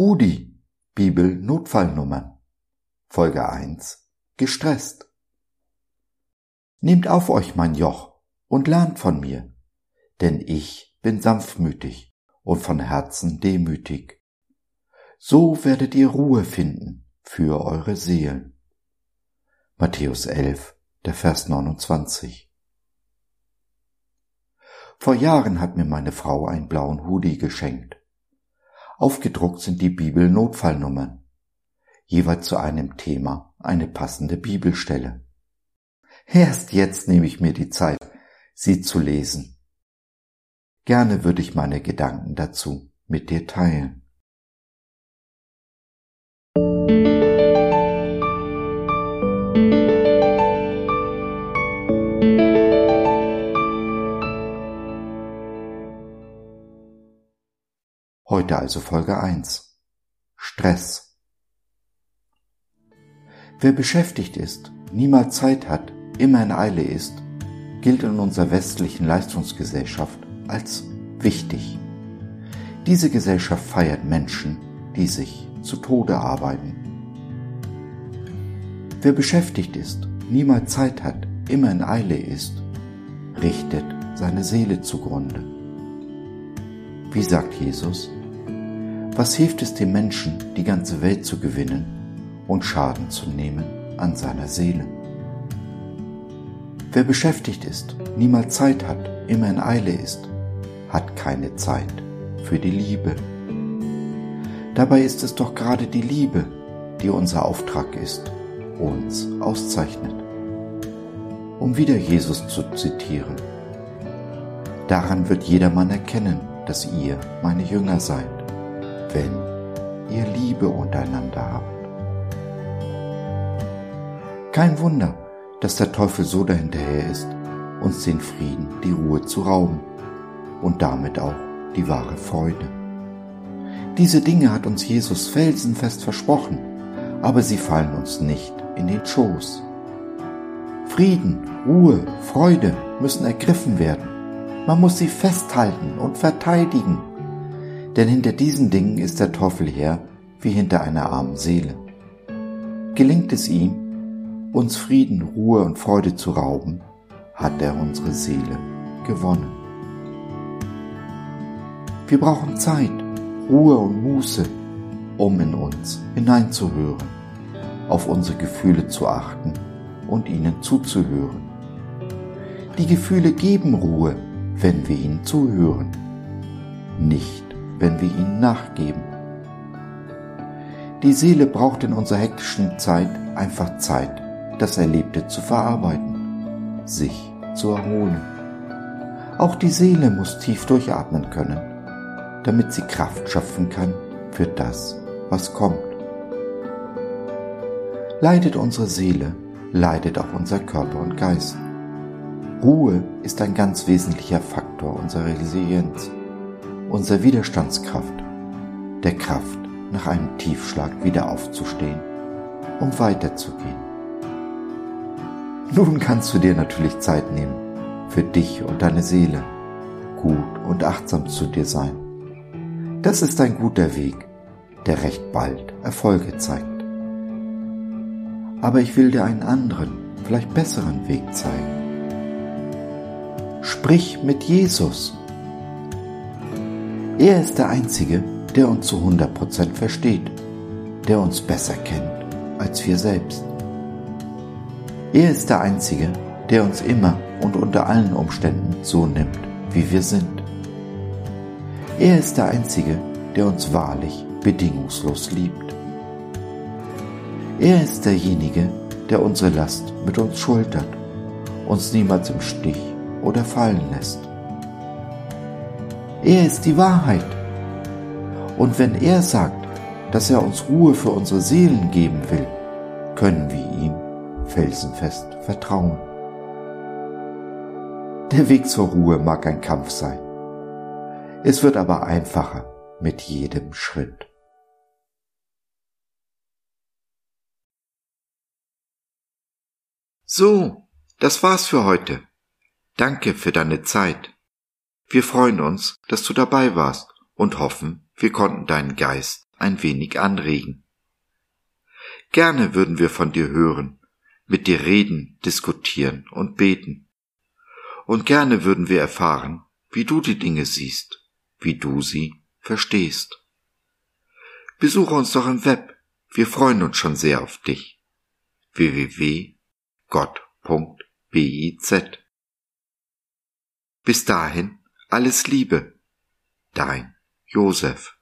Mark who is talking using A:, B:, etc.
A: Hudi, Bibel Notfallnummern. Folge 1. Gestresst. Nehmt auf euch mein Joch und lernt von mir, denn ich bin sanftmütig und von Herzen demütig. So werdet ihr Ruhe finden für eure Seelen. Matthäus 11, der Vers 29. Vor Jahren hat mir meine Frau einen blauen Hoodie geschenkt. Aufgedruckt sind die Bibel-Notfallnummern, jeweils zu einem Thema eine passende Bibelstelle. Erst jetzt nehme ich mir die Zeit, sie zu lesen. Gerne würde ich meine Gedanken dazu mit dir teilen. Heute also Folge 1. Stress. Wer beschäftigt ist, niemals Zeit hat, immer in Eile ist, gilt in unserer westlichen Leistungsgesellschaft als wichtig. Diese Gesellschaft feiert Menschen, die sich zu Tode arbeiten. Wer beschäftigt ist, niemals Zeit hat, immer in Eile ist, richtet seine Seele zugrunde. Wie sagt Jesus? Was hilft es dem Menschen, die ganze Welt zu gewinnen und Schaden zu nehmen an seiner Seele? Wer beschäftigt ist, niemals Zeit hat, immer in Eile ist, hat keine Zeit für die Liebe. Dabei ist es doch gerade die Liebe, die unser Auftrag ist, uns auszeichnet. Um wieder Jesus zu zitieren: Daran wird jedermann erkennen, dass ihr meine Jünger seid, wenn ihr Liebe untereinander habt. Kein Wunder, dass der Teufel so dahinterher ist, uns den Frieden, die Ruhe zu rauben und damit auch die wahre Freude. Diese Dinge hat uns Jesus felsenfest versprochen, aber sie fallen uns nicht in den Schoß. Frieden, Ruhe, Freude müssen ergriffen werden. Man muss sie festhalten und verteidigen. Denn hinter diesen Dingen ist der Teufel her wie hinter einer armen Seele. Gelingt es ihm, uns Frieden, Ruhe und Freude zu rauben, hat er unsere Seele gewonnen. Wir brauchen Zeit, Ruhe und Muße, um in uns hineinzuhören, auf unsere Gefühle zu achten und ihnen zuzuhören. Die Gefühle geben Ruhe, wenn wir ihnen zuhören, nicht wenn wir ihnen nachgeben. Die Seele braucht in unserer hektischen Zeit einfach Zeit, das Erlebte zu verarbeiten, sich zu erholen. Auch die Seele muss tief durchatmen können, damit sie Kraft schöpfen kann für das, was kommt. Leidet unsere Seele, leidet auch unser Körper und Geist. Ruhe ist ein ganz wesentlicher Faktor unserer Resilienz, unserer Widerstandskraft, der Kraft, nach einem Tiefschlag wieder aufzustehen, um weiterzugehen. Nun kannst du dir natürlich Zeit nehmen, für dich und deine Seele, gut und achtsam zu dir sein. Das ist ein guter Weg, der recht bald Erfolge zeigt. Aber ich will dir einen anderen, vielleicht besseren Weg zeigen. Sprich mit Jesus. Er ist der Einzige, der uns zu 100% versteht, der uns besser kennt als wir selbst. Er ist der Einzige, der uns immer und unter allen Umständen so nimmt, wie wir sind. Er ist der Einzige, der uns wahrlich bedingungslos liebt. Er ist derjenige, der unsere Last mit uns schultert, uns niemals im Stich oder fallen lässt. Er ist die Wahrheit. Und wenn er sagt, dass er uns Ruhe für unsere Seelen geben will, können wir ihm felsenfest vertrauen. Der Weg zur Ruhe mag ein Kampf sein. Es wird aber einfacher mit jedem Schritt. So, das war's für heute. Danke für deine Zeit. Wir freuen uns, dass du dabei warst und hoffen, wir konnten deinen Geist ein wenig anregen. Gerne würden wir von dir hören, mit dir reden, diskutieren und beten. Und gerne würden wir erfahren, wie du die Dinge siehst, wie du sie verstehst. Besuche uns doch im Web, wir freuen uns schon sehr auf dich. www.gott.biz. Bis dahin alles Liebe, dein Josef.